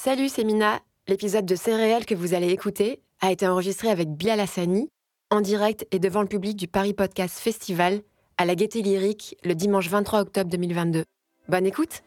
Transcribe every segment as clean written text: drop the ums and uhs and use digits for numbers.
Salut, c'est Mina. L'épisode de C'est réel que vous allez écouter a été enregistré avec Bilal Hassani, en direct et devant le public du Paris Podcast Festival, à la Gaîté Lyrique, le dimanche 23 octobre 2022. Bonne écoute!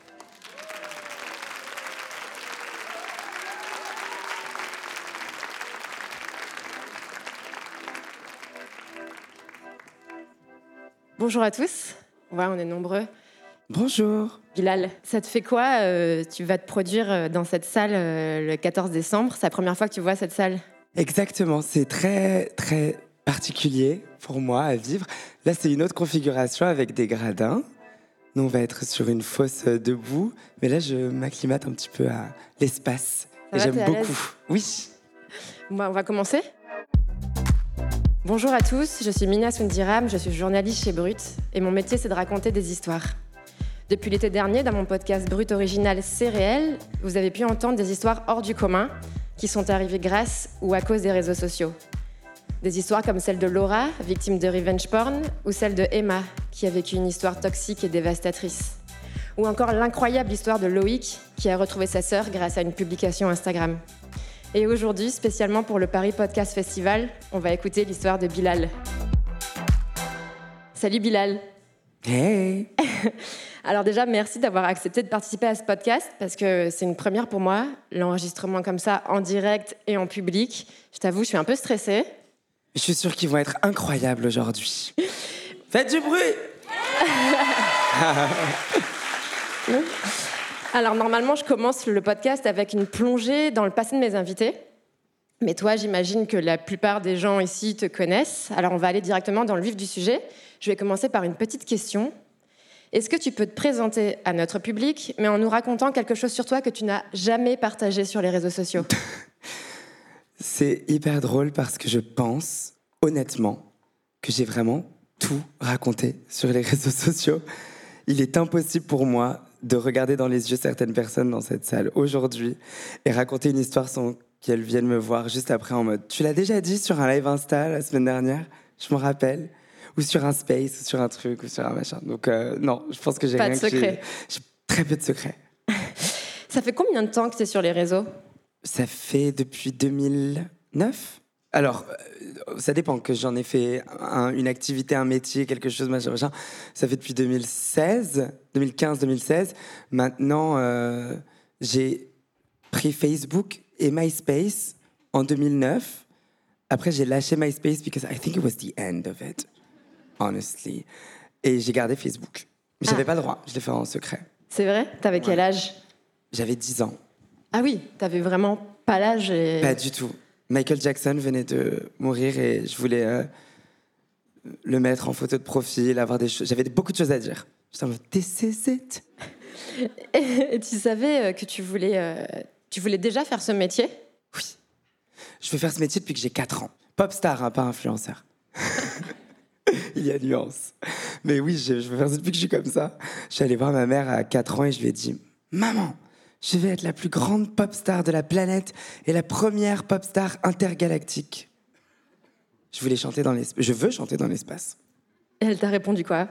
Bonjour à tous. Ouais, on est nombreux. Bonjour. Bilal, ça te fait quoi tu vas te produire dans cette salle le 14 décembre. C'est la première fois que tu vois cette salle? Exactement, c'est très, très particulier pour moi à vivre. Là, c'est une autre configuration avec des gradins. Nous, on va être sur une fosse debout. Mais là, je m'acclimate un petit peu à l'espace. Et j'aime beaucoup. Oui. Bon, on va commencer. Bonjour à tous, je suis Mina Soundiram, je suis journaliste chez Brut. Et mon métier, c'est de raconter des histoires. Depuis l'été dernier, dans mon podcast Brut original C'est réel, vous avez pu entendre des histoires hors du commun qui sont arrivées grâce ou à cause des réseaux sociaux. Des histoires comme celle de Laura, victime de revenge porn, ou celle de Emma, qui a vécu une histoire toxique et dévastatrice. Ou encore l'incroyable histoire de Loïc, qui a retrouvé sa sœur grâce à une publication Instagram. Et aujourd'hui, spécialement pour le Paris Podcast Festival, on va écouter l'histoire de Bilal. Salut Bilal. Hey. Alors déjà, merci d'avoir accepté de participer à ce podcast parce que c'est une première pour moi, l'enregistrement comme ça en direct et en public. Je t'avoue, je suis un peu stressée. Je suis sûre qu'ils vont être incroyables aujourd'hui. Faites du bruit. Alors normalement, je commence le podcast avec une plongée dans le passé de mes invités. Mais toi, j'imagine que la plupart des gens ici te connaissent. Alors on va aller directement dans le vif du sujet. Je vais commencer par une petite question. Est-ce que tu peux te présenter à notre public, mais en nous racontant quelque chose sur toi que tu n'as jamais partagé sur les réseaux sociaux? C'est hyper drôle parce que je pense, honnêtement, que j'ai vraiment tout raconté sur les réseaux sociaux. Il est impossible pour moi de regarder dans les yeux certaines personnes dans cette salle aujourd'hui et raconter une histoire sans qu'elles viennent me voir juste après en mode « Tu l'as déjà dit sur un live Insta la semaine dernière? Je m'en rappelle. » Ou sur un space, ou sur un truc, ou sur un machin. Donc non, je pense que j'ai rien. Pas de secret. J'ai très peu de secrets. Ça fait combien de temps que tu es sur les réseaux? Ça fait depuis 2009. Alors, ça dépend, que j'en ai fait une activité, un métier, quelque chose, machin. Ça fait depuis 2015-2016. Maintenant, j'ai pris Facebook et MySpace en 2009. Après, j'ai lâché MySpace because I think it was the end of it, honestly. Et j'ai gardé Facebook. Mais j'avais pas le droit, je l'ai fait en secret. C'est vrai? T'avais quel âge? J'avais 10 ans. Ah oui, t'avais vraiment pas l'âge et... Pas du tout. Michael Jackson venait de mourir et je voulais le mettre en photo de profil, avoir des choses. J'avais beaucoup de choses à dire. J'étais en mode, this is it. Et tu savais que tu voulais déjà faire ce métier? Oui. Je veux faire ce métier depuis que j'ai 4 ans. Pop star, hein, pas influenceur. Il y a nuance. Mais oui, je veux faire ça depuis que je suis comme ça. Je suis allé voir ma mère à 4 ans et je lui ai dit « Maman, je vais être la plus grande pop star de la planète et la première pop star intergalactique. » Je veux chanter dans l'espace. Et elle t'a répondu quoi?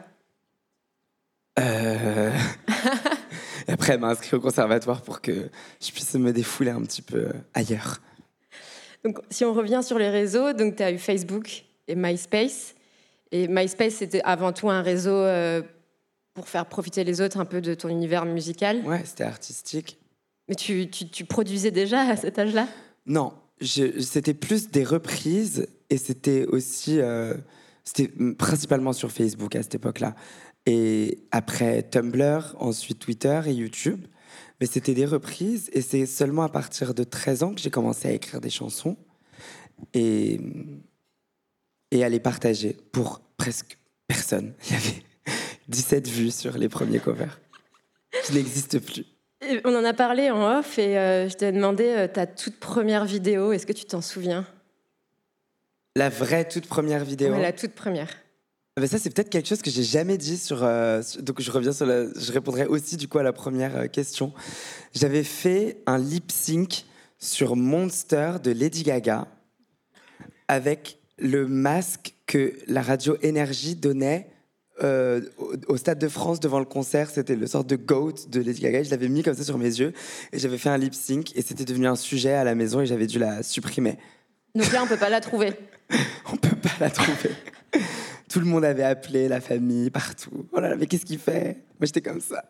Et après, elle m'a inscrit au conservatoire pour que je puisse me défouler un petit peu ailleurs. Donc, si on revient sur les réseaux, donc tu as eu Facebook et MySpace. Et MySpace, c'était avant tout un réseau pour faire profiter les autres un peu de ton univers musical. Ouais, c'était artistique. Mais tu produisais déjà à cet âge-là? Non, c'était plus des reprises et c'était aussi... c'était principalement sur Facebook à cette époque-là. Et après Tumblr, ensuite Twitter et YouTube. Mais c'était des reprises et c'est seulement à partir de 13 ans que j'ai commencé à écrire des chansons et à les partager pour presque personne. Il y avait 17 vues sur les premiers covers qui n'existent plus. Et on en a parlé en off et je t'ai demandé ta toute première vidéo. Est-ce que tu t'en souviens? La vraie toute première vidéo? Ouais, la toute première. Mais ça, c'est peut-être quelque chose que j'ai jamais dit donc je répondrai aussi du coup à la première question. J'avais fait un lip sync sur Monster de Lady Gaga avec le masque que la radio Énergie donnait au Stade de France devant le concert. C'était le sorte de GOAT de Lady Gaga. Je l'avais mis comme ça sur mes yeux et j'avais fait un lip sync et c'était devenu un sujet à la maison et j'avais dû la supprimer. Donc là, on peut pas la trouver. On peut pas la trouver. Tout le monde avait appelé, la famille, partout. Oh là là, mais qu'est-ce qu'il fait? Moi, j'étais comme ça.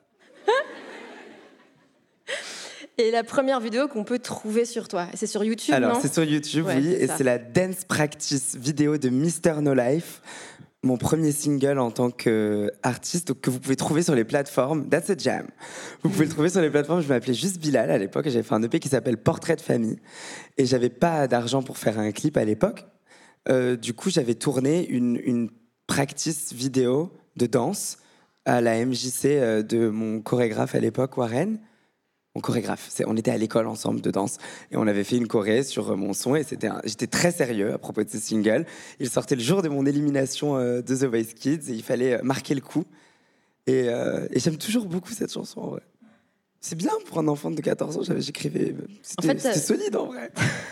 Et la première vidéo qu'on peut trouver sur toi, c'est sur YouTube, alors, non? c'est sur YouTube, Ouais, oui, c'est et ça. c'est la dance practice vidéo de Mr. No Life, mon premier single en tant qu'artiste, que vous pouvez trouver sur les plateformes. That's a jam. Vous pouvez le trouver sur les plateformes. Je m'appelais juste Bilal à l'époque et j'avais fait un EP qui s'appelle Portrait de famille. Et j'avais pas d'argent pour faire un clip à l'époque. Du coup, j'avais tourné une practice vidéo de danse à la MJC de mon chorégraphe à l'époque, Warren. Mon chorégraphe, on était à l'école ensemble de danse et on avait fait une choré sur mon son et j'étais très sérieux à propos de ce single. Il sortait le jour de mon élimination de The Voice Kids et il fallait marquer le coup. Et j'aime toujours beaucoup cette chanson, en vrai. C'est bien pour un enfant de 14 ans, j'écrivais. C'était solide en vrai.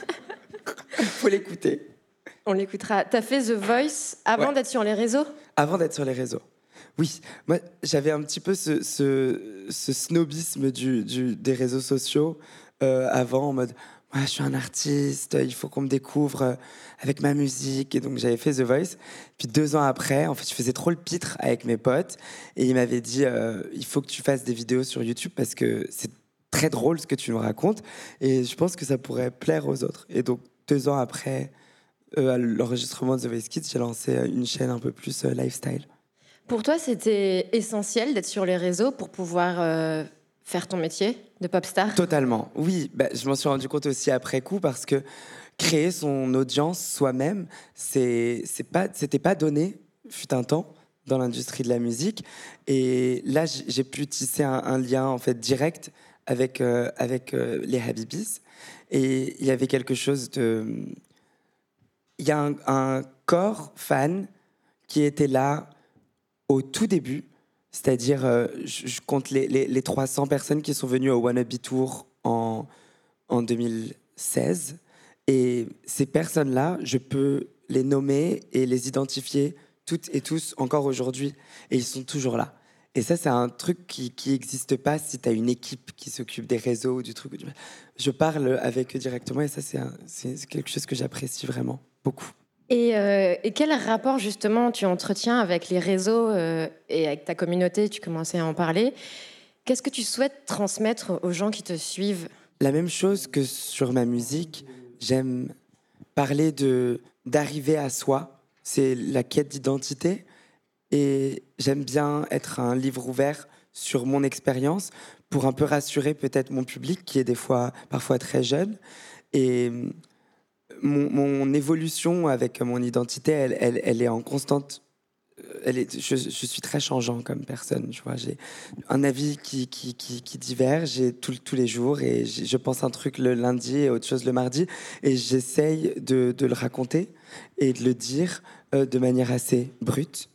Faut l'écouter. On l'écoutera. T'as fait The Voice avant d'être sur les réseaux? Avant d'être sur les réseaux. Oui, moi j'avais un petit peu ce snobisme des réseaux sociaux avant, en mode ouais, je suis un artiste, il faut qu'on me découvre avec ma musique. Et donc j'avais fait The Voice. Puis 2 ans après, en fait, je faisais trop le pitre avec mes potes et ils m'avaient dit il faut que tu fasses des vidéos sur YouTube parce que c'est très drôle ce que tu nous racontes et je pense que ça pourrait plaire aux autres. Et donc 2 ans après à l'enregistrement de The Voice Kids, j'ai lancé une chaîne un peu plus lifestyle. Pour toi, c'était essentiel d'être sur les réseaux pour pouvoir faire ton métier de pop star? Totalement, oui. Je m'en suis rendu compte aussi après coup parce que créer son audience soi-même, c'était pas donné, fut un temps, dans l'industrie de la musique. Et là, j'ai pu tisser un lien en fait direct avec les Habibis. Et il y avait quelque chose de... Il y a un corps fan qui était là au tout début, c'est-à-dire, je compte les 300 personnes qui sont venues au Wannabe Tour en 2016. Et ces personnes-là, je peux les nommer et les identifier toutes et tous encore aujourd'hui. Et ils sont toujours là. Et ça, c'est un truc qui n'existe pas si tu as une équipe qui s'occupe des réseaux ou du truc. Je parle avec eux directement et ça, c'est quelque chose que j'apprécie vraiment beaucoup. Et quel rapport justement tu entretiens avec les réseaux et avec ta communauté? Tu commençais à en parler. Qu'est-ce que tu souhaites transmettre aux gens qui te suivent? La même chose que sur ma musique, j'aime parler d'arriver à soi. C'est la quête d'identité. Et j'aime bien être un livre ouvert sur mon expérience pour un peu rassurer peut-être mon public qui est parfois très jeune. Et mon évolution avec mon identité, elle est en constante. Je suis très changeant comme personne. Tu vois, j'ai un avis qui diverge tous les jours et je pense un truc le lundi et autre chose le mardi et j'essaye de le raconter et de le dire de manière assez brute.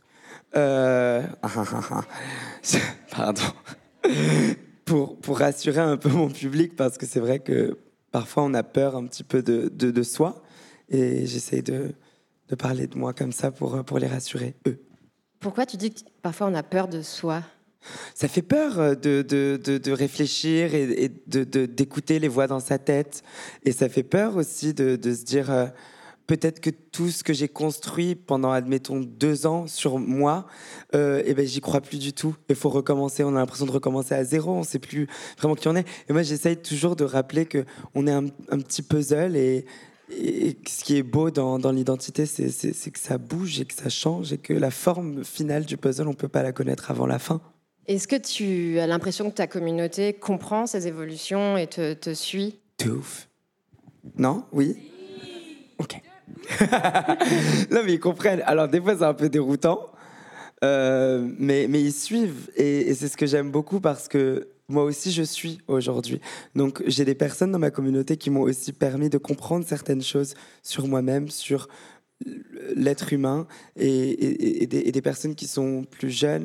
Pardon. Pour rassurer un peu mon public parce que c'est vrai que parfois, on a peur un petit peu de soi. Et j'essaye de parler de moi comme ça pour les rassurer, eux. Pourquoi tu dis que parfois, on a peur de soi? Ça fait peur de réfléchir et d'écouter les voix dans sa tête. Et ça fait peur aussi de se dire... peut-être que tout ce que j'ai construit pendant, admettons, 2 ans sur moi, j'y crois plus du tout. Il faut recommencer. On a l'impression de recommencer à zéro. On ne sait plus vraiment qui on est. Et moi, j'essaye toujours de rappeler qu'on est un petit puzzle. Et ce qui est beau dans l'identité, c'est que ça bouge et que ça change et que la forme finale du puzzle, on ne peut pas la connaître avant la fin. Est-ce que tu as l'impression que ta communauté comprend ces évolutions et te suit? De ouf. Non? Oui? Ok. Non, mais ils comprennent. Alors, des fois, c'est un peu déroutant, mais ils suivent. Et c'est ce que j'aime beaucoup parce que moi aussi, je suis aujourd'hui. Donc, j'ai des personnes dans ma communauté qui m'ont aussi permis de comprendre certaines choses sur moi-même, sur l'être humain, et des personnes qui sont plus jeunes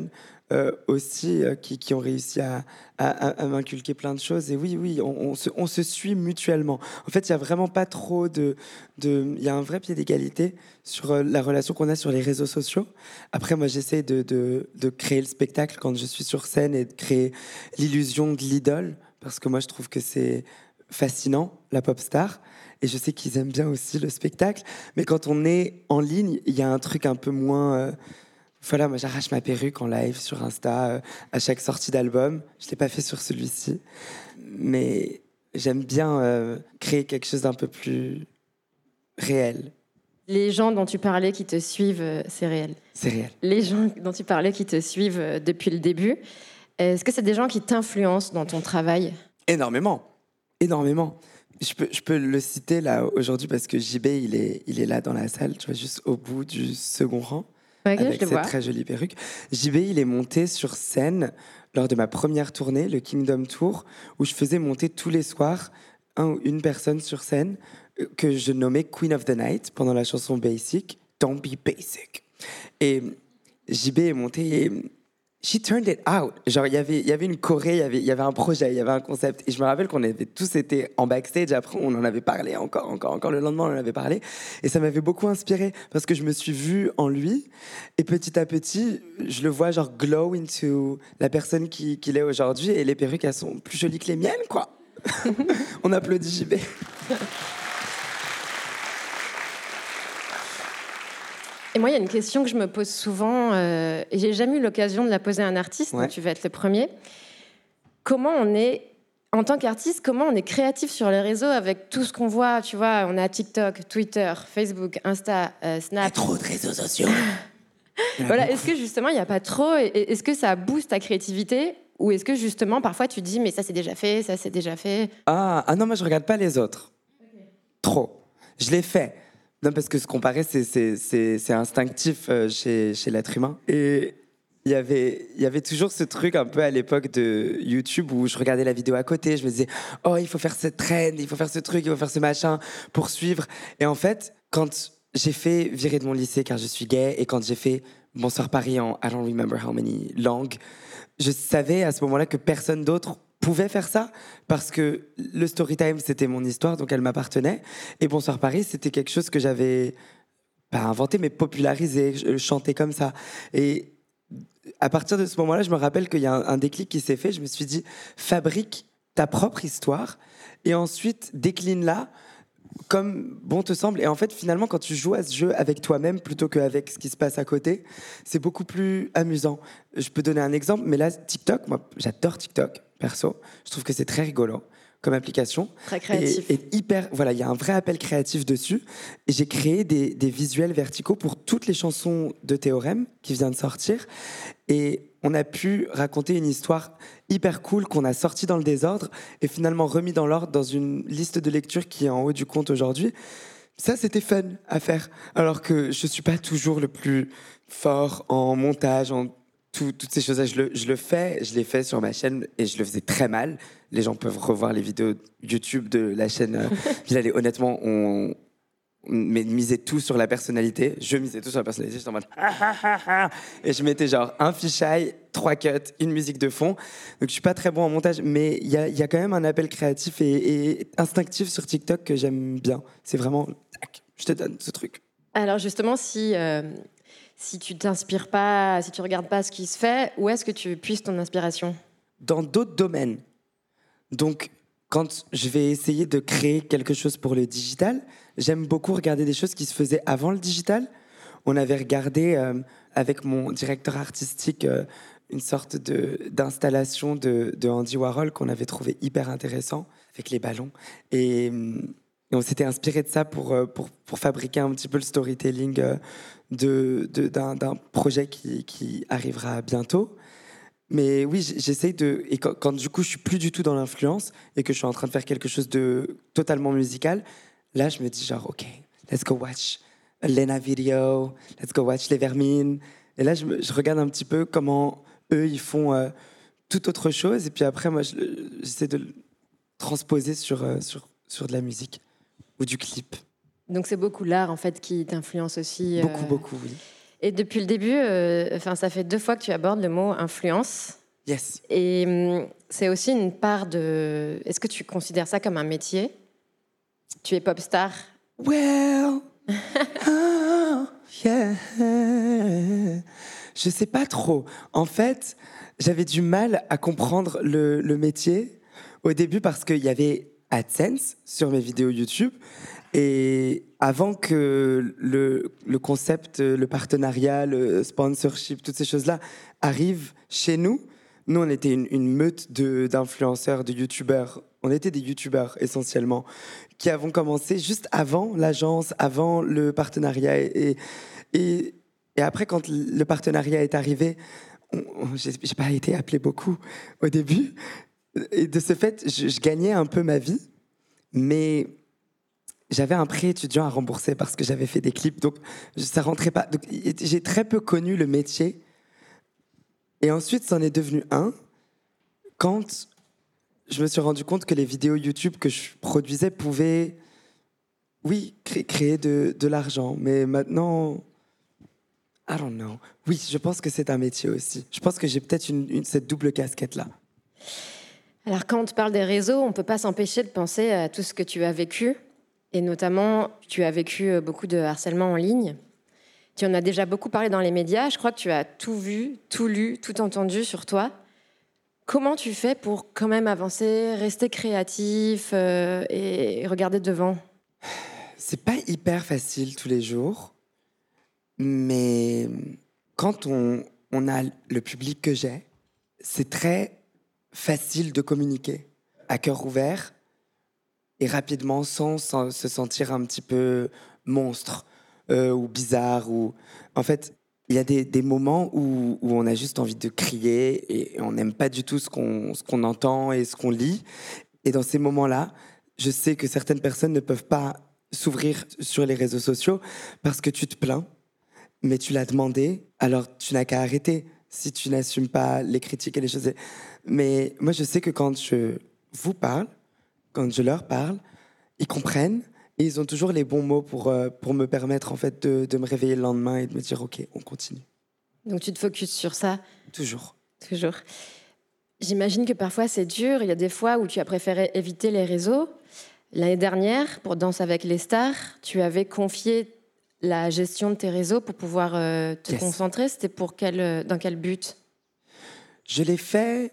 aussi qui ont réussi à m'inculquer plein de choses. Et oui, on se suit mutuellement. En fait, il n'y a vraiment pas trop il y a un vrai pied d'égalité sur la relation qu'on a sur les réseaux sociaux. Après, moi, j'essaie de créer le spectacle quand je suis sur scène et de créer l'illusion de l'idole, parce que moi, je trouve que c'est fascinant, la pop star. Et je sais qu'ils aiment bien aussi le spectacle. Mais quand on est en ligne, il y a un truc un peu moins... Voilà, moi, j'arrache ma perruque en live sur Insta à chaque sortie d'album. Je ne l'ai pas fait sur celui-ci. Mais j'aime bien créer quelque chose d'un peu plus réel. Les gens dont tu parlais qui te suivent, c'est réel. C'est réel. Les gens dont tu parlais qui te suivent depuis le début, est-ce que c'est des gens qui t'influencent dans ton travail ? Énormément. Je peux le citer là aujourd'hui parce que JB, il est là dans la salle, tu vois, juste au bout du second rang, okay, avec cette très jolie perruque. JB, il est monté sur scène lors de ma première tournée, le Kingdom Tour, où je faisais monter tous les soirs un ou une personne sur scène que je nommais Queen of the Night pendant la chanson Basic, Don't Be Basic. Et JB est monté et she turned it out. Genre, il y avait une choré, il y avait un projet, il y avait un concept. Et je me rappelle qu'on avait tous été en backstage. Après, on en avait parlé encore. Le lendemain, on en avait parlé. Et ça m'avait beaucoup inspiré parce que je me suis vue en lui. Et petit à petit, je le vois genre glow into la personne qu'il est aujourd'hui. Et les perruques, elles sont plus jolies que les miennes, quoi. On applaudit JB. Et moi, il y a une question que je me pose souvent, et j'ai jamais eu l'occasion de la poser à un artiste, donc tu vas être le premier. Comment on est, en tant qu'artiste, comment on est créatif sur les réseaux avec tout ce qu'on voit, tu vois, on a TikTok, Twitter, Facebook, Insta, Snap. Il y a trop de réseaux sociaux. Voilà, est-ce que justement, il n'y a pas trop, est-ce que ça booste ta créativité, ou est-ce que justement, parfois, tu te dis, mais ça c'est déjà fait, ça c'est déjà fait. Ah non, moi je regarde pas les autres. Okay. Trop. Je l'ai fait. Non, parce que se comparer, c'est instinctif chez l'être humain. Et il y avait toujours ce truc un peu à l'époque de YouTube où je regardais la vidéo à côté, je me disais « Oh, il faut faire cette trend, il faut faire ce truc, il faut faire ce machin pour suivre. » Et en fait, quand j'ai fait virer de mon lycée car je suis gay et quand j'ai fait Bonsoir Paris en I don't remember how many langues, je savais à ce moment-là que personne d'autre pouvais faire ça parce que le story time c'était mon histoire, donc elle m'appartenait, et Bonsoir Paris c'était quelque chose que j'avais pas inventé mais popularisé, je chantais comme ça. Et à partir de ce moment-là, je me rappelle qu'il y a un déclic qui s'est fait. Je me suis dit, fabrique ta propre histoire et ensuite décline-la comme bon te semble. Et en fait, finalement, quand tu joues à ce jeu avec toi-même plutôt qu'avec ce qui se passe à côté, c'est beaucoup plus amusant. Je peux donner un exemple, mais là, TikTok, moi, j'adore TikTok, perso. Je trouve que c'est très rigolo comme application. Très créatif. Et hyper, voilà, il y a un vrai appel créatif dessus. Et j'ai créé des visuels verticaux pour toutes les chansons de Théorème qui vient de sortir. Et on a pu raconter une histoire hyper cool qu'on a sortie dans le désordre et finalement remis dans l'ordre dans une liste de lecture qui est en haut du compte aujourd'hui. Ça, c'était fun à faire. Alors que je suis pas toujours le plus fort en montage, en toutes ces choses-là. Je l'ai fait sur ma chaîne et je le faisais très mal. Les gens peuvent revoir les vidéos YouTube de la chaîne Villale. Honnêtement, on misait tout sur la personnalité. Je misais tout sur la personnalité. J'étais en mode et je mettais genre un fisheye, 3 cuts, une musique de fond. Donc je suis pas très bon en montage, mais il y a quand même un appel créatif et instinctif sur TikTok que j'aime bien. C'est vraiment, je te donne ce truc. Alors justement, si tu t'inspires pas, si tu regardes pas ce qui se fait, où est-ce que tu puises ton inspiration ? Dans d'autres domaines. Donc, quand je vais essayer de créer quelque chose pour le digital, j'aime beaucoup regarder des choses qui se faisaient avant le digital. On avait regardé avec mon directeur artistique une sorte d'installation de Andy Warhol qu'on avait trouvé hyper intéressant avec les ballons. Et on s'était inspiré de ça pour fabriquer un petit peu le storytelling d'un projet qui arrivera bientôt. Mais oui, j'essaye de... Et quand du coup, je suis plus du tout dans l'influence et que je suis en train de faire quelque chose de totalement musical, là, je me dis genre, OK, let's go watch a Lena video, let's go watch Les Vermines. Et là, je regarde un petit peu comment eux, ils font toute autre chose. Et puis après, moi, j'essaie de le transposer sur de la musique ou du clip. Donc c'est beaucoup l'art, en fait, qui t'influence aussi. Beaucoup, oui. Et depuis le début, ça fait 2 fois que tu abordes le mot influence. Yes. Et c'est aussi une part de... Est-ce que tu considères ça comme un métier? Tu es pop star? Well, oh, yeah. Je sais pas trop. En fait, j'avais du mal à comprendre le métier au début parce qu'il y avait AdSense sur mes vidéos YouTube. Et avant que le concept, le partenariat, le sponsorship, toutes ces choses-là arrivent chez nous, nous, on était une meute d'influenceurs, de youtubeurs. On était des youtubeurs essentiellement, qui avons commencé juste avant l'agence, avant le partenariat. Et après, quand le partenariat est arrivé, j'ai pas été appelé beaucoup au début. Et de ce fait, je gagnais un peu ma vie, mais j'avais un prêt étudiant à rembourser parce que j'avais fait des clips, donc ça rentrait pas. Donc, j'ai très peu connu le métier. Et ensuite, c'en est devenu un quand je me suis rendu compte que les vidéos YouTube que je produisais pouvaient, oui, créer de l'argent. Mais maintenant, I don't know. Oui, je pense que c'est un métier aussi. Je pense que j'ai peut-être cette double casquette-là. Alors, quand on te parle des réseaux, on ne peut pas s'empêcher de penser à tout ce que tu as vécu. Et notamment, tu as vécu beaucoup de harcèlement en ligne. Tu en as déjà beaucoup parlé dans les médias. Je crois que tu as tout vu, tout lu, tout entendu sur toi. Comment tu fais pour quand même avancer, rester créatif et regarder devant? C'est pas hyper facile tous les jours, mais quand on a le public que j'ai, c'est très facile de communiquer à cœur ouvert et rapidement sans se sentir un petit peu monstre. Ou bizarre, ou en fait il y a des moments où on a juste envie de crier et on n'aime pas du tout ce qu'on entend et ce qu'on lit, et dans ces moments-là je sais que certaines personnes ne peuvent pas s'ouvrir sur les réseaux sociaux parce que tu te plains, mais tu l'as demandé, alors tu n'as qu'à arrêter si tu n'assumes pas les critiques et les choses. Mais moi je sais que quand je vous parle, quand je leur parle, ils comprennent. Et ils ont toujours les bons mots pour me permettre en fait de me réveiller le lendemain et de me dire ok, on continue. Donc tu te focuses sur ça? Toujours. Toujours. J'imagine que parfois c'est dur. Il y a des fois où tu as préféré éviter les réseaux. L'année dernière, pour Danse avec les stars, tu avais confié la gestion de tes réseaux pour pouvoir te concentrer. C'était dans quel but? Je l'ai fait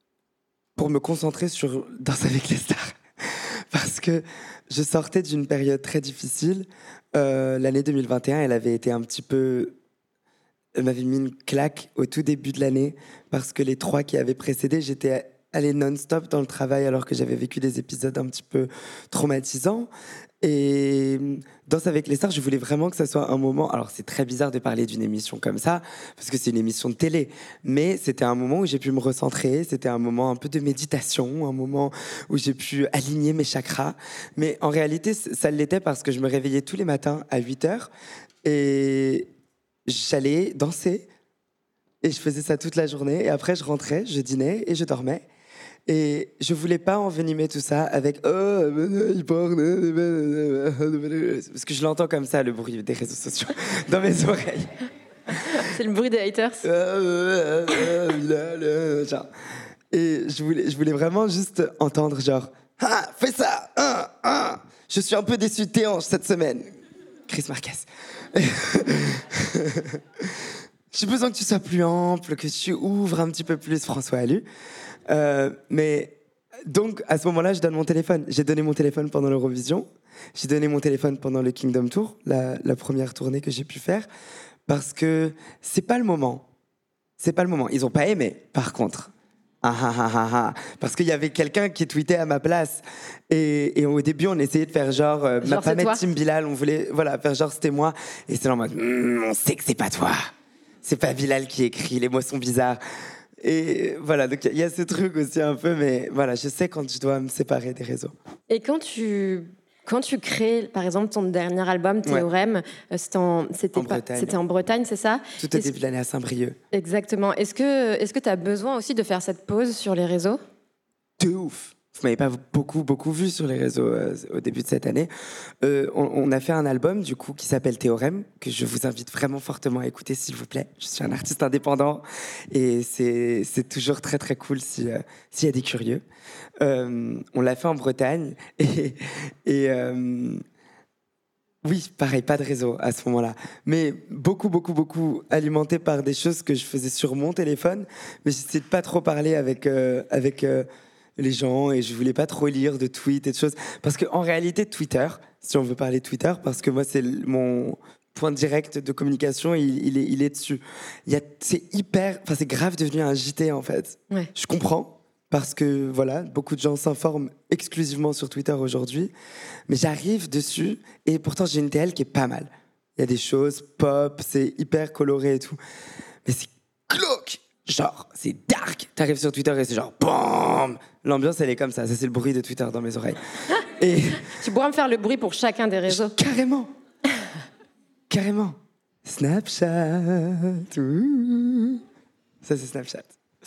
pour me concentrer sur Danse avec les stars. Parce que je sortais d'une période très difficile. L'année 2021, elle avait été un petit peu... Elle m'avait mis une claque au tout début de l'année parce que les 3 qui avaient précédé, j'étais allée non-stop dans le travail alors que j'avais vécu des épisodes un petit peu traumatisants. Et Danse avec les stars, je voulais vraiment que ça soit un moment... Alors, c'est très bizarre de parler d'une émission comme ça, parce que c'est une émission de télé. Mais c'était un moment où j'ai pu me recentrer, c'était un moment un peu de méditation, un moment où j'ai pu aligner mes chakras. Mais en réalité, ça l'était parce que je me réveillais tous les matins à 8h et j'allais danser. Et je faisais ça toute la journée. Et après, je rentrais, je dînais et je dormais. Et je voulais pas envenimer tout ça avec il parle, parce que je l'entends comme ça, le bruit des réseaux sociaux dans mes oreilles. C'est le bruit des haters. Et je voulais vraiment juste entendre genre fais ça, je suis un peu déçu de tes hanches cette semaine, Chris Marquez. J'ai besoin que tu sois plus ample, que tu ouvres un petit peu plus, François Allu. Mais donc à ce moment-là, je donne mon téléphone. J'ai donné mon téléphone pendant l'Eurovision. J'ai donné mon téléphone pendant le Kingdom Tour, la première tournée que j'ai pu faire, parce que c'est pas le moment. C'est pas le moment. Ils ont pas aimé, par contre. Parce qu'il y avait quelqu'un qui tweetait à ma place. Et au début, on essayait de faire genre pas mettre Tim Bilal, on voulait faire genre c'était moi. Et c'est là en mode on sait que c'est pas toi. C'est pas Bilal qui écrit, les mots sont bizarres. Et voilà, donc il y a ce truc aussi un peu, mais voilà, je sais quand je dois me séparer des réseaux. Et quand tu crées, par exemple, ton dernier album, Théorème, c'était en Bretagne, c'est ça? Tout au début de l'année à Saint-Brieuc. Exactement. Est-ce que tu as besoin aussi de faire cette pause sur les réseaux? De ouf. vous m'avez pas beaucoup vu sur les réseaux au début de cette année. On a fait un album du coup qui s'appelle Théorème, que je vous invite vraiment fortement à écouter s'il vous plaît. Je suis un artiste indépendant et c'est toujours très très cool s'il y a des curieux. On l'a fait en Bretagne et oui, pareil, pas de réseau à ce moment-là. Mais beaucoup alimenté par des choses que je faisais sur mon téléphone. Mais j'essayais de pas trop parler avec les gens et je voulais pas trop lire de tweets et de choses. Parce qu'en réalité, Twitter, si on veut parler de Twitter, parce que moi, c'est mon point direct de communication, il est dessus. C'est grave devenu un JT en fait. Ouais. Je comprends. Parce que voilà, beaucoup de gens s'informent exclusivement sur Twitter aujourd'hui. Mais j'arrive dessus et pourtant j'ai une TL qui est pas mal. Il y a des choses pop, c'est hyper coloré et tout. Mais c'est glauque. Genre, c'est dark. T'arrives sur Twitter et c'est genre BAM. L'ambiance, elle est comme ça. Ça, c'est le bruit de Twitter dans mes oreilles. Et Tu pourras me faire le bruit pour chacun des réseaux. Carrément. Carrément. Snapchat. Ouh. Ça, c'est Snapchat.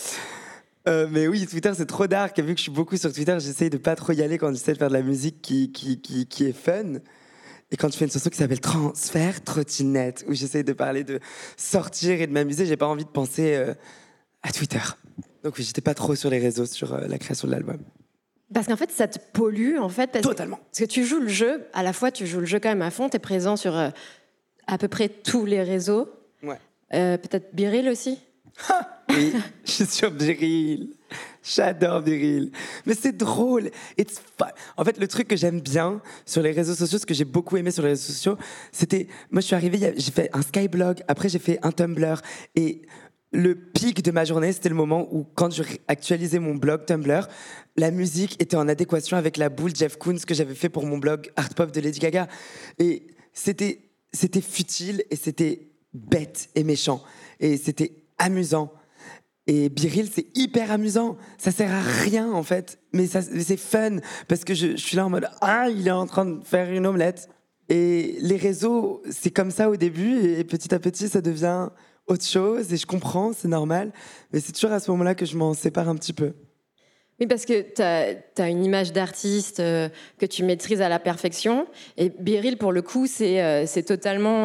Mais oui, Twitter, c'est trop dark. Et vu que je suis beaucoup sur Twitter, j'essaye de pas trop y aller quand j'essaie de faire de la musique qui est fun. Et quand je fais une chanson qui s'appelle Transfert Trottinette, où j'essaye de parler de sortir et de m'amuser, j'ai pas envie de penser à Twitter. Donc oui, j'étais pas trop sur les réseaux sur la création de l'album. Parce qu'en fait, ça te pollue, en fait. Totalement. Parce que tu joues le jeu, à la fois, tu joues le jeu quand même à fond, t'es présent sur à peu près tous les réseaux. Ouais. Peut-être Biril aussi. Oui, je suis sur Biril. J'adore Biril. Mais c'est drôle. It's fun. En fait, le truc que j'aime bien sur les réseaux sociaux, ce que j'ai beaucoup aimé sur les réseaux sociaux, c'était... Moi, je suis arrivée, j'ai fait un Skyblog, après j'ai fait un Tumblr. Et le pic de ma journée, c'était le moment où, quand je actualisais mon blog Tumblr, la musique était en adéquation avec la boule Jeff Koons que j'avais fait pour mon blog Art Pop de Lady Gaga. Et c'était futile et c'était bête et méchant. Et c'était amusant. Et Biril, c'est hyper amusant. Ça sert à rien, en fait. Mais c'est fun. Parce que je suis là en mode « Ah, il est en train de faire une omelette ». Et les réseaux, c'est comme ça au début. Et petit à petit, ça devient autre chose. Et je comprends, c'est normal. Mais c'est toujours à ce moment-là que je m'en sépare un petit peu. Oui, parce que tu as une image d'artiste que tu maîtrises à la perfection. Et Biril, pour le coup, c'est totalement...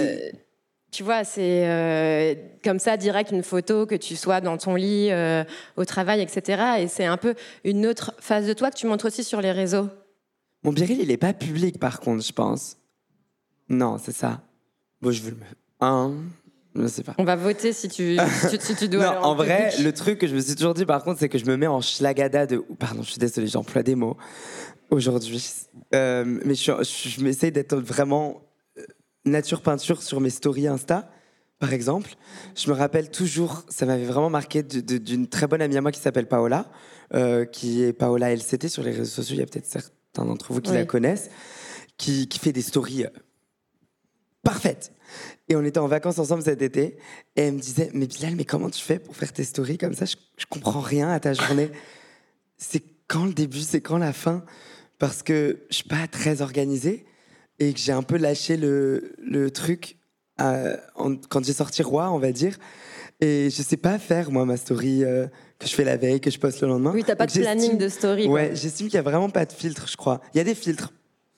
tu vois, c'est comme ça, direct, une photo, que tu sois dans ton lit, au travail, etc. Et c'est un peu une autre phase de toi que tu montres aussi sur les réseaux. Mon Biril, il n'est pas public, par contre, je pense. Non, c'est ça. Bon, je veux le... Je sais pas. On va voter si tu dois. Non, en vrai, public. Le truc que je me suis toujours dit, par contre, c'est que je me mets en schlagada de... Pardon, je suis désolée, j'emploie des mots aujourd'hui. Mais je m'essaye d'être vraiment... nature peinture sur mes stories Insta, par exemple. Je me rappelle toujours, ça m'avait vraiment marqué d'une très bonne amie à moi qui s'appelle Paola, qui est Paola LCT sur les réseaux sociaux. Il y a peut-être certains d'entre vous qui la connaissent, qui fait des stories parfaites. Et on était en vacances ensemble cet été, et elle me disait « Mais Bilal, mais comment tu fais pour faire tes stories comme ça ? Je comprends rien à ta journée. C'est quand le début, c'est quand la fin ? Parce que je suis pas très organisée. » Et que j'ai un peu lâché le truc quand j'ai sorti Roi, on va dire. Et je sais pas faire, moi, ma story que je fais la veille, que je poste le lendemain. Oui, t'as pas de planning de story. Ouais, quoi. J'estime qu'il y a vraiment pas de filtre, je crois. Il y a des filtres.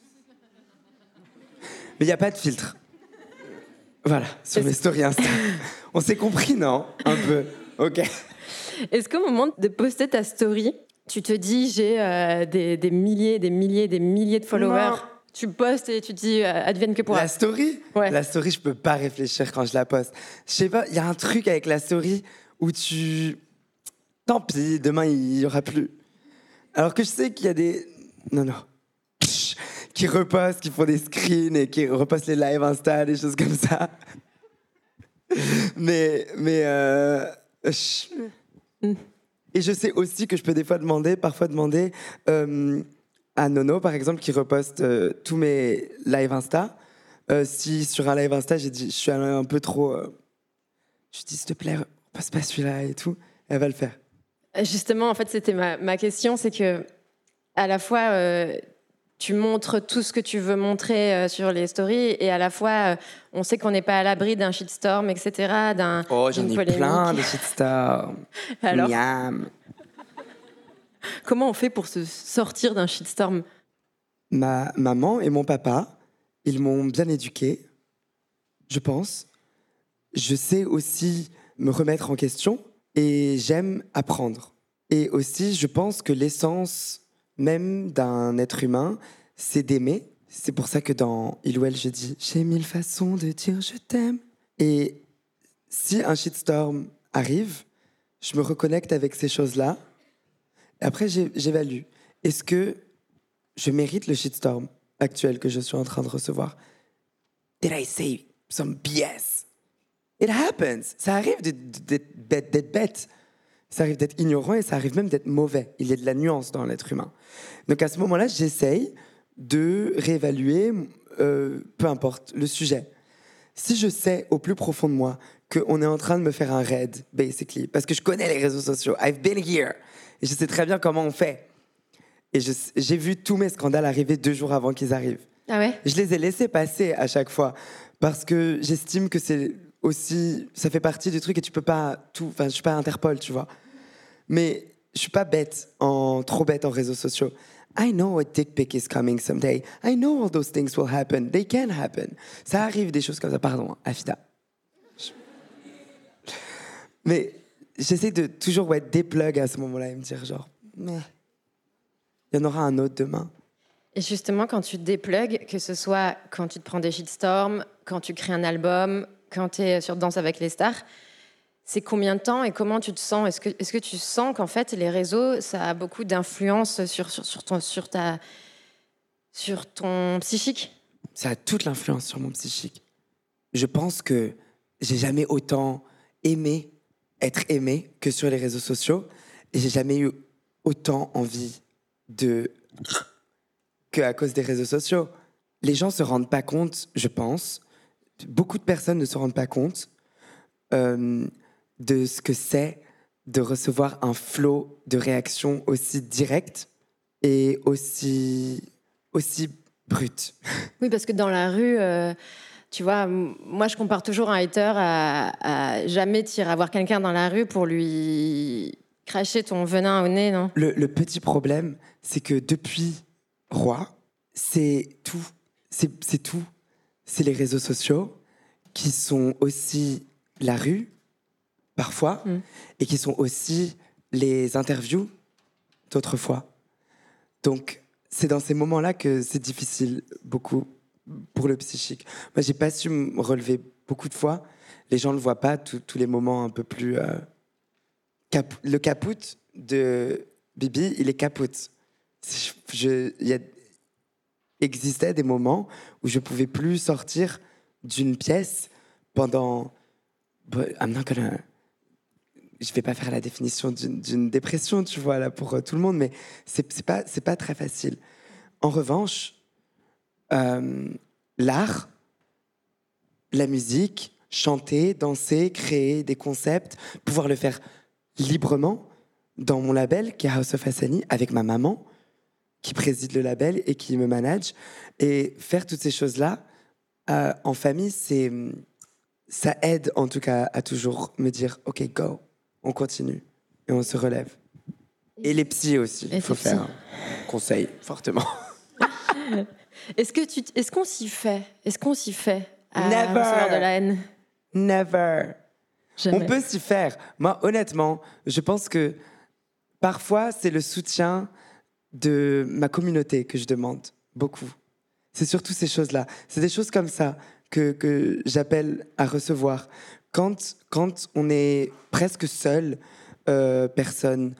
Mais il y a pas de filtre. Voilà, sur mes stories Insta. On s'est compris, non ? Un peu. Ok. Est-ce qu'au moment de poster ta story, tu te dis, j'ai des milliers de followers ? Non. Tu postes et tu te dis advienne que pourra. La story ? Ouais. La story, je peux pas réfléchir quand je la poste. Je sais pas, il y a un truc avec la story où tant pis, demain, il y aura plus. Alors que je sais qu'il y a des... Non. Qui repostent, qui font des screens et qui repostent les lives Insta, des choses comme ça. Mais Et je sais aussi que je peux parfois demander... à Nono, par exemple, qui reposte tous mes lives Insta. Si sur un live Insta, j'ai dit, je suis allé un peu trop... je dis, s'il te plaît, passe pas celui-là et tout. Elle va le faire. Justement, en fait, c'était ma question, c'est que à la fois, tu montres tout ce que tu veux montrer sur les stories, et à la fois, on sait qu'on n'est pas à l'abri d'un shitstorm, etc. J'en ai plein de shitstorms. Alors, Miam. Comment on fait pour se sortir d'un shitstorm? Ma maman et mon papa, ils m'ont bien éduqué, je pense. Je sais aussi me remettre en question et j'aime apprendre. Et aussi, je pense que l'essence même d'un être humain, c'est d'aimer. C'est pour ça que dans Il ou Elle, je dis « J'ai 1000 façons de dire je t'aime ». Et si un shitstorm arrive, je me reconnecte avec ces choses-là. Et après, j'évalue. Est-ce que je mérite le shitstorm actuel que je suis en train de recevoir? Did I say some BS? It happens. Ça arrive d'être bête. Ça arrive d'être ignorant et ça arrive même d'être mauvais. Il y a de la nuance dans l'être humain. Donc à ce moment-là, j'essaye de réévaluer, peu importe, le sujet. Si je sais au plus profond de moi qu'on est en train de me faire un raid, basically, parce que je connais les réseaux sociaux, I've been here, et je sais très bien comment on fait. Et j'ai vu tous mes scandales arriver 2 jours avant qu'ils arrivent. Ah ouais? Je les ai laissés passer à chaque fois, parce que j'estime que c'est aussi, ça fait partie du truc et tu peux pas tout, enfin je suis pas Interpol, tu vois. Mais je suis pas trop bête en réseaux sociaux. I know a dick pic is coming someday. I know all those things will happen. They can happen. Ça arrive des choses comme ça. Pardon, Afida. Mais j'essaie de toujours déplug à ce moment-là et me dire genre, mais il y en aura un autre demain. Et justement, quand tu te déplugues, que ce soit quand tu te prends des shitstorms, quand tu crées un album, quand tu es sur Danse avec les stars, c'est combien de temps et comment tu te sens? Est-ce que tu sens qu'en fait, les réseaux, ça a beaucoup d'influence sur ton psychique? Ça a toute l'influence sur mon psychique. Je pense que j'ai jamais autant être aimé que sur les réseaux sociaux. Et j'ai jamais eu autant envie que à cause des réseaux sociaux. Les gens se rendent pas compte, je pense. Beaucoup de personnes ne se rendent pas compte de ce que c'est de recevoir un flot de réactions aussi direct et aussi brut. Oui, parce que dans la rue, tu vois, moi je compare toujours un hater à jamais à voir quelqu'un dans la rue pour lui cracher ton venin au nez, non? Le petit problème, c'est que depuis Roi, c'est tout. C'est tout. C'est les réseaux sociaux qui sont aussi la rue, parfois, et qui sont aussi les interviews d'autrefois. Donc, c'est dans ces moments-là que c'est difficile, beaucoup, pour le psychique. Moi, j'ai pas su me relever beaucoup de fois. Les gens ne le voient pas, tous les moments un peu plus... le caput de Bibi, il est caput. Existait des moments où je pouvais plus sortir d'une pièce pendant... Je vais pas faire la définition d'une dépression, tu vois, là, pour tout le monde, mais c'est pas très facile. En revanche, l'art, la musique, chanter, danser, créer des concepts, pouvoir le faire librement dans mon label, qui est House of Hassani, avec ma maman, qui préside le label et qui me manage. Et faire toutes ces choses-là en famille, ça aide en tout cas à toujours me dire « OK, go ». On continue et on se relève. Et les psys aussi, il faut faire. Conseil, fortement. Est-ce qu'on s'y fait? Est-ce qu'on s'y fait à Never. recevoir de la haine? Never. Jamais. On peut s'y faire. Moi, honnêtement, je pense que parfois, c'est le soutien de ma communauté que je demande beaucoup. C'est surtout ces choses-là. C'est des choses comme ça que j'appelle à recevoir. Quand on est presque seul, personne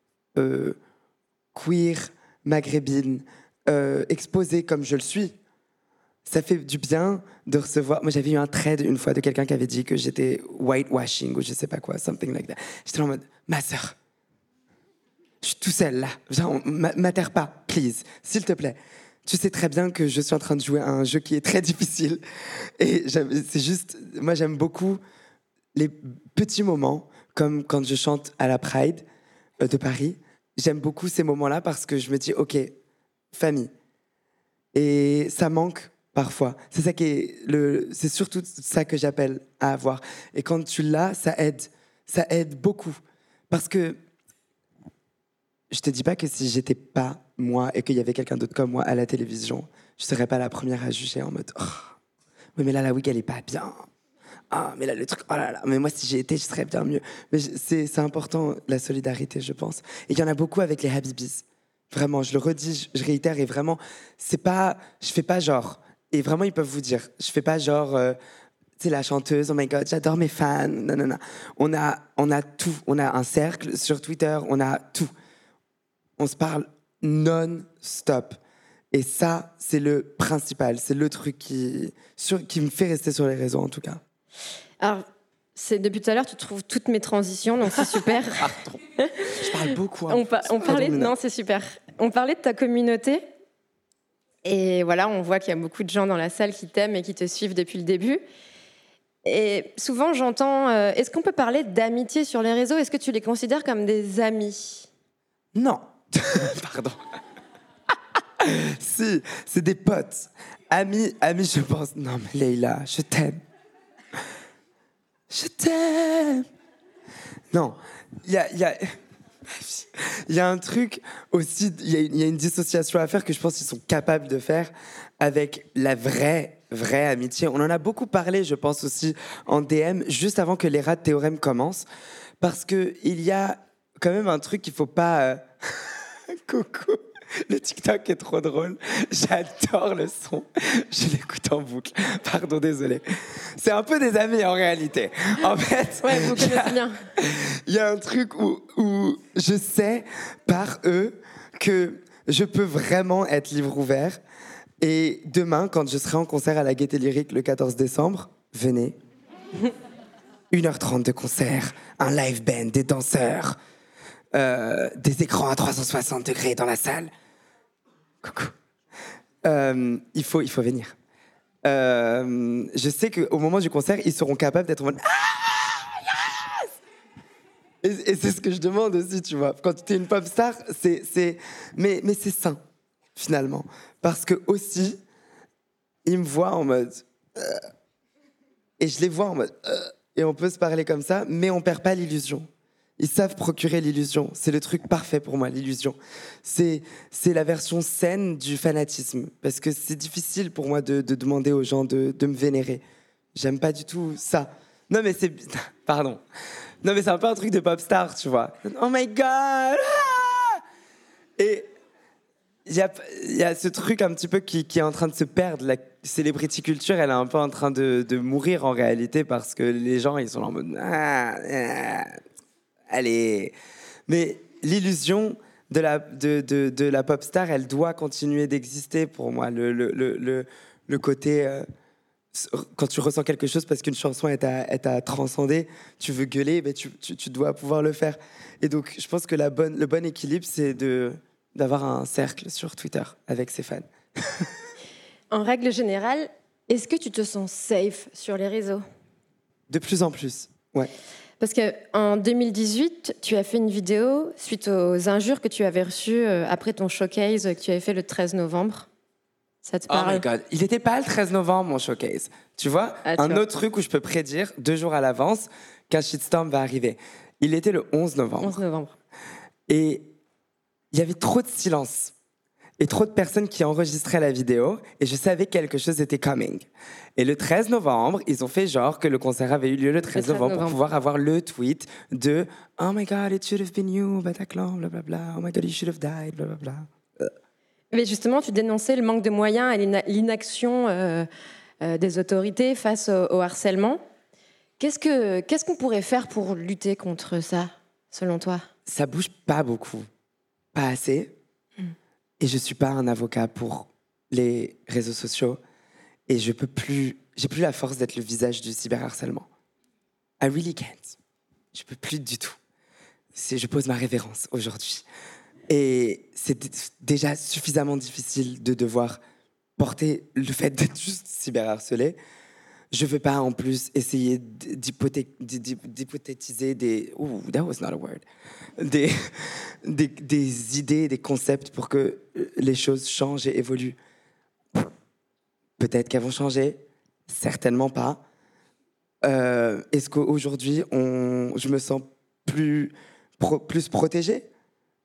queer, maghrébine, exposée comme je le suis, ça fait du bien de recevoir... Moi, j'avais eu un trade une fois de quelqu'un qui avait dit que j'étais whitewashing ou je sais pas quoi, something like that. J'étais en mode, ma sœur, je suis tout seul là. Genre, m'atterre pas, please, s'il te plaît. Tu sais très bien que je suis en train de jouer à un jeu qui est très difficile. Et c'est juste... Moi, j'aime beaucoup les petits moments, comme quand je chante à la Pride de Paris. J'aime beaucoup ces moments-là parce que je me dis, OK, famille. Et ça manque parfois. C'est ça c'est surtout ça que j'appelle à avoir. Et quand tu l'as, ça aide beaucoup. Parce que je te dis pas que si j'étais pas moi et qu'il y avait quelqu'un d'autre comme moi à la télévision, je serais pas la première à juger en mode oui, mais là, la wig, elle est pas bien. Ah, mais là, le truc, oh là là. Mais moi, si j'y étais, je serais bien mieux. Mais c'est important, la solidarité, je pense. Et il y en a beaucoup avec les Habibis. Vraiment, je le redis, je réitère. Et vraiment, c'est pas... Je fais pas genre. Et vraiment, ils peuvent vous dire. Je fais pas genre... tu sais, la chanteuse, oh my God, j'adore mes fans. Non, non, non. On a tout. On a un cercle sur Twitter. On a tout. On se parle non-stop. Et ça, c'est le principal. C'est le truc qui me fait rester sur les réseaux, en tout cas. Alors, depuis tout à l'heure, tu trouves toutes mes transitions, donc c'est super. Pardon. Je parle beaucoup. Hein. On parlait... Non, c'est super. On parlait de ta communauté. Et voilà, on voit qu'il y a beaucoup de gens dans la salle qui t'aiment et qui te suivent depuis le début. Et souvent, j'entends... est-ce qu'on peut parler d'amitié sur les réseaux ? Est-ce que tu les considères comme des amis ? Non. Pardon. Si, c'est des potes. Amis, je pense. Non, mais Leïla, je t'aime. Je t'aime. Non, il y a un truc aussi, il y a une dissociation à faire que je pense qu'ils sont capables de faire avec la vraie amitié. On en a beaucoup parlé, je pense aussi, en DM, juste avant que l'era de Théorème commence. Parce qu'il y a quand même un truc qu'il ne faut pas... Coucou. Le TikTok est trop drôle. J'adore le son. Je l'écoute en boucle. Pardon, désolé. C'est un peu des amis en réalité. En fait, ouais, vous connaissez bien. Il y a un truc où je sais par eux que je peux vraiment être livre ouvert. Et demain, quand je serai en concert à la Gaîté Lyrique le 14 décembre, venez. 1h30 de concert, un live band, des danseurs. Des écrans à 360 degrés dans la salle. Coucou. Il faut venir. Je sais qu'au moment du concert, ils seront capables d'être en mode yes! Et c'est ce que je demande aussi, tu vois. Quand tu es une pop star, mais c'est sain, finalement. Parce que aussi, ils me voient en mode... et je les vois en mode... et on peut se parler comme ça, mais on perd pas l'illusion. Ils savent procurer l'illusion. C'est le truc parfait pour moi, l'illusion. C'est la version saine du fanatisme. Parce que c'est difficile pour moi de demander aux gens de me vénérer. J'aime pas du tout ça. Non, mais c'est... Pardon. Non, mais c'est un peu un truc de pop star, tu vois. Oh my God! Ah! Et il y a ce truc un petit peu qui est en train de se perdre. La celebrity culture, elle est un peu en train de mourir en réalité parce que les gens, ils sont là en mode... Allez, mais l'illusion de la pop star, elle doit continuer d'exister pour moi. Le côté quand tu ressens quelque chose parce qu'une chanson est à transcender, tu veux gueuler, mais tu dois pouvoir le faire. Et donc, je pense que le bon équilibre, c'est d'avoir un cercle sur Twitter avec ses fans. En règle générale, est-ce que tu te sens safe sur les réseaux ? De plus en plus, ouais. Parce qu'en 2018, tu as fait une vidéo suite aux injures que tu avais reçues après ton showcase que tu avais fait le 13 novembre. Ça te parle ? Oh my God, il n'était pas le 13 novembre, mon showcase. Tu vois, un autre truc où je peux prédire 2 jours à l'avance qu'un shitstorm va arriver. Il était le 11 novembre. 11 novembre. Et il y avait trop de silence et trop de personnes qui enregistraient la vidéo et je savais que quelque chose était coming. Et le 13 novembre, ils ont fait genre que le concert avait eu lieu le 13 novembre pour pouvoir avoir le tweet de « Oh my God, it should have been you, Bataclan, blablabla. Oh my God, you should have died, blablabla. » Mais justement, tu dénonçais le manque de moyens et l'inaction des autorités face au harcèlement. Qu'est-ce qu'on pourrait faire pour lutter contre ça, selon toi ? Ça bouge pas beaucoup, pas assez. Et je suis pas un avocat pour les réseaux sociaux. Et j'ai plus la force d'être le visage du cyberharcèlement. I really can't. Je peux plus du tout. Je pose ma révérence aujourd'hui. Et c'est déjà suffisamment difficile de devoir porter le fait d'être juste cyberharcelé. Je veux pas en plus essayer d'hypothétiser des... Ooh, that was not a word. Des idées, des concepts pour que les choses changent et évoluent. Peut-être qu'elles vont changer, certainement pas. Est-ce qu'aujourd'hui, je me sens plus protégée ?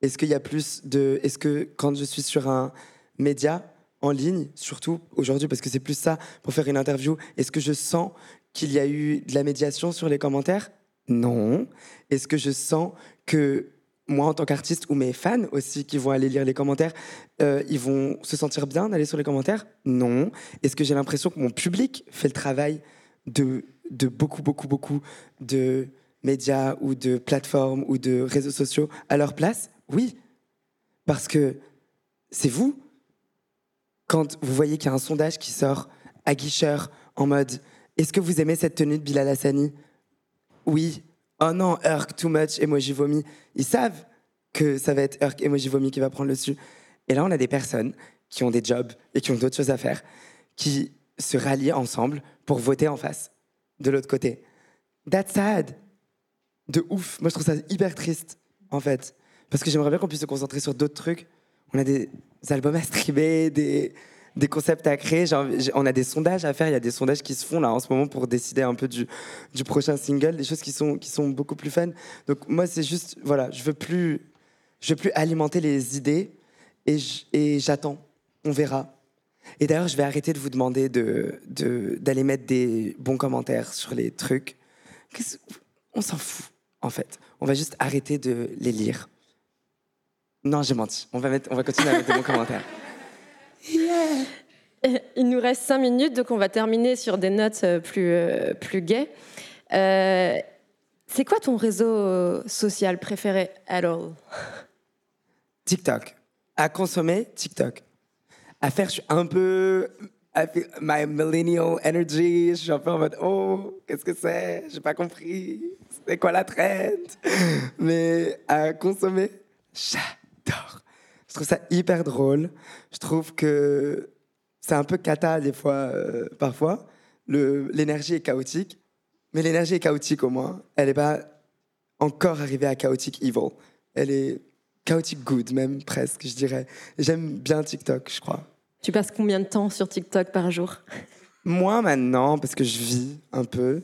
Est-ce qu'il y a plus de... Est-ce que quand je suis sur un média en ligne, surtout aujourd'hui, parce que c'est plus ça, pour faire une interview, est-ce que je sens qu'il y a eu de la médiation sur les commentaires ? Non. Est-ce que je sens que moi, en tant qu'artiste, ou mes fans aussi qui vont aller lire les commentaires, ils vont se sentir bien d'aller sur les commentaires ? Non. Est-ce que j'ai l'impression que mon public fait le travail de beaucoup de médias ou de plateformes ou de réseaux sociaux à leur place ? Oui. Parce que c'est vous. Quand vous voyez qu'il y a un sondage qui sort à guicheur en mode « Est-ce que vous aimez cette tenue de Bilal Hassani ?» Oui. Oh non, Urk, too much, emoji vomi. Ils savent que ça va être Urk, emoji vomi qui va prendre le dessus. Et là, on a des personnes qui ont des jobs et qui ont d'autres choses à faire, qui se rallient ensemble pour voter en face, de l'autre côté. That's sad. De ouf. Moi, je trouve ça hyper triste, en fait. Parce que j'aimerais bien qu'on puisse se concentrer sur d'autres trucs. On a des albums à streamer, des concepts à créer. On a des sondages à faire. Il y a des sondages qui se font là en ce moment pour décider un peu du prochain single, des choses qui sont beaucoup plus fun. Donc moi, c'est juste, voilà, je veux plus alimenter les idées et j'attends. On verra. Et d'ailleurs, je vais arrêter de vous demander d'aller mettre des bons commentaires sur les trucs. On s'en fout, en fait. On va juste arrêter de les lire. Non, j'ai menti. On va continuer à mettre des bons commentaires. Yeah. Il nous reste 5 minutes, donc on va terminer sur des notes plus gaies. C'est quoi ton réseau social préféré at all ? TikTok. À consommer, TikTok. À faire, je suis un peu... My millennial energy, je suis un peu en mode « Oh, qu'est-ce que c'est ? J'ai pas compris. C'est quoi la trend ?» Mais à consommer, j'adore. Je trouve ça hyper drôle. Je trouve que c'est un peu cata des fois, parfois. L'énergie est chaotique. Mais l'énergie est chaotique au moins. Elle n'est pas encore arrivée à chaotic evil. Elle est chaotic good même, presque, je dirais. J'aime bien TikTok, je crois. Tu passes combien de temps sur TikTok par jour ? Moi, maintenant, parce que je vis un peu.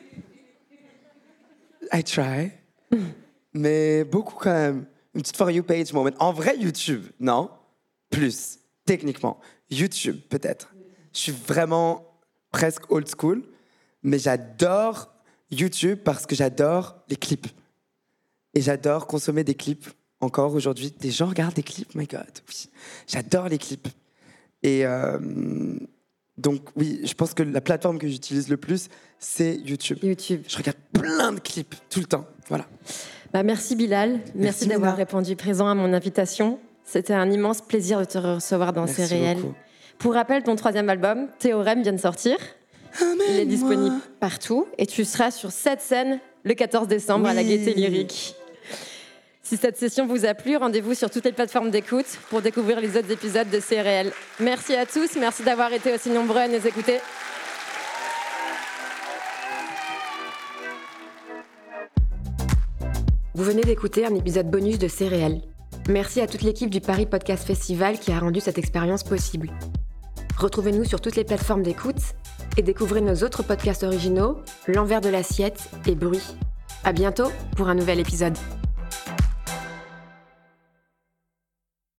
I try. Mais beaucoup quand même. Une petite For You page moment. En vrai, YouTube, non. Plus, techniquement. YouTube, peut-être. Je suis vraiment presque old school. Mais j'adore YouTube parce que j'adore les clips. Et j'adore consommer des clips. Encore aujourd'hui, des gens regardent des clips, my God. Oui. J'adore les clips. Et donc, oui, je pense que la plateforme que j'utilise le plus, c'est YouTube. Je regarde plein de clips tout le temps. Voilà. Merci Bilal. Merci d'avoir répondu présent à mon invitation. C'était un immense plaisir de te recevoir dans Céréales. Beaucoup. Pour rappel, ton 3e album, Théorème, vient de sortir. Il est disponible partout. Et tu seras sur cette scène le 14 décembre à la Gaîté Lyrique. Si cette session vous a plu, rendez-vous sur toutes les plateformes d'écoute pour découvrir les autres épisodes de C'est réel. Merci à tous, merci d'avoir été aussi nombreux à nous écouter. Vous venez d'écouter un épisode bonus de C'est réel. Merci à toute l'équipe du Paris Podcast Festival qui a rendu cette expérience possible. Retrouvez-nous sur toutes les plateformes d'écoute et découvrez nos autres podcasts originaux, L'envers de l'assiette et Bruit. À bientôt pour un nouvel épisode.